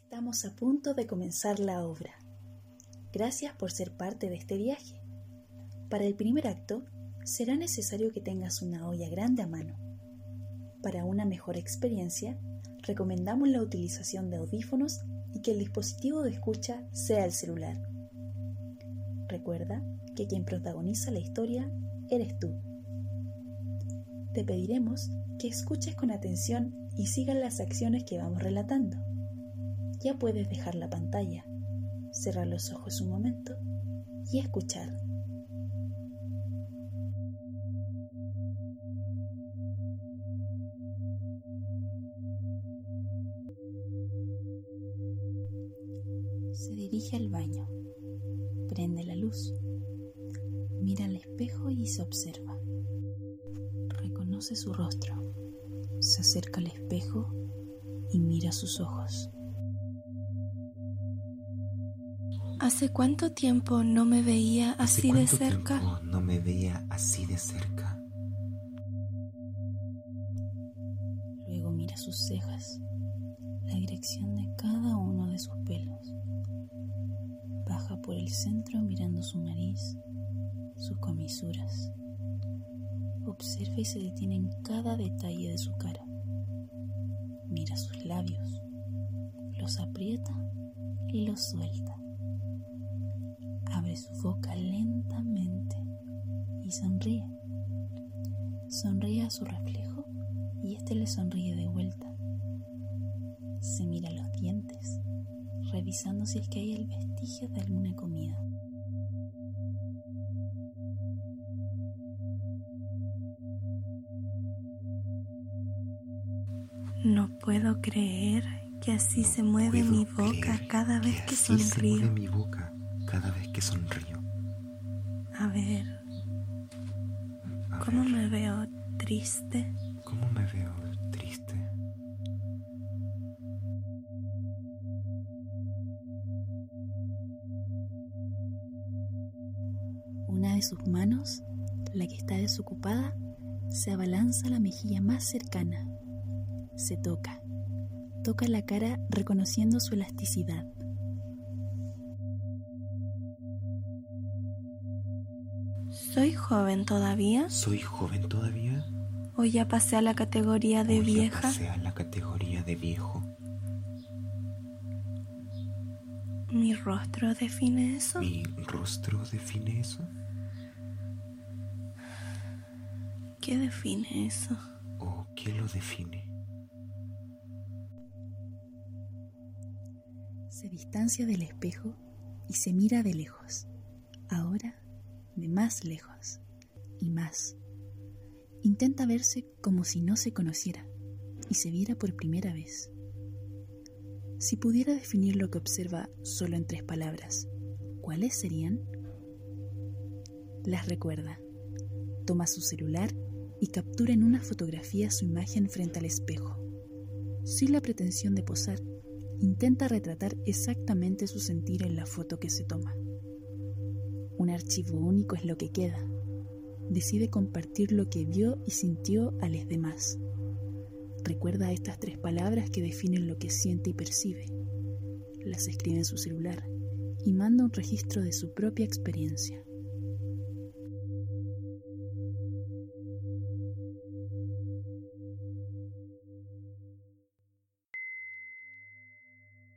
Estamos a punto de comenzar la obra. Gracias por ser parte de este viaje. Para el primer acto, será necesario que tengas una olla grande a mano. Para una mejor experiencia, recomendamos la utilización de audífonos y que el dispositivo de escucha sea el celular. Recuerda que quien protagoniza la historia eres tú. Te pediremos que escuches con atención y sigas las acciones que vamos relatando. Ya puedes dejar la pantalla, cerrar los ojos un momento y escuchar. Se dirige al baño, prende la luz, mira al espejo y se observa. Reconoce su rostro, se acerca al espejo y mira sus ojos. ¿Hace cuánto tiempo no me veía así de cerca? No me veía así de cerca. Luego mira sus cejas, la dirección de cada uno de sus pelos. Baja por el centro mirando su nariz, sus comisuras. Observa y se detiene en cada detalle de su cara. Mira sus labios, los aprieta y los suelta. Abre su boca lentamente y sonríe. Sonríe a su reflejo y este le sonríe de vuelta. Se mira los dientes, revisando si es que hay el vestigio de alguna comida. No puedo creer que así se mueve mi boca cada vez que sonrío. Cada vez que sonrío. A ver, ¿cómo me veo triste? ¿Cómo me veo triste? Una de sus manos, la que está desocupada, se abalanza a la mejilla más cercana. Se toca la cara reconociendo su elasticidad. ¿Soy joven todavía? ¿O ya pasé a la categoría de vieja? ¿Mi rostro define eso? ¿Qué define eso? ¿O qué lo define? Se distancia del espejo y se mira de lejos. Ahora de más lejos y más. Intenta verse como si no se conociera y se viera por primera vez. Si pudiera definir lo que observa solo en 3 palabras, ¿cuáles serían? Las recuerda. Toma su celular y captura en una fotografía su imagen frente al espejo. Sin la pretensión de posar, intenta retratar exactamente su sentir en la foto que se toma. Un archivo único es lo que queda. Decide compartir lo que vio y sintió a los demás. Recuerda estas 3 palabras que definen lo que siente y percibe. Las escribe en su celular y manda un registro de su propia experiencia.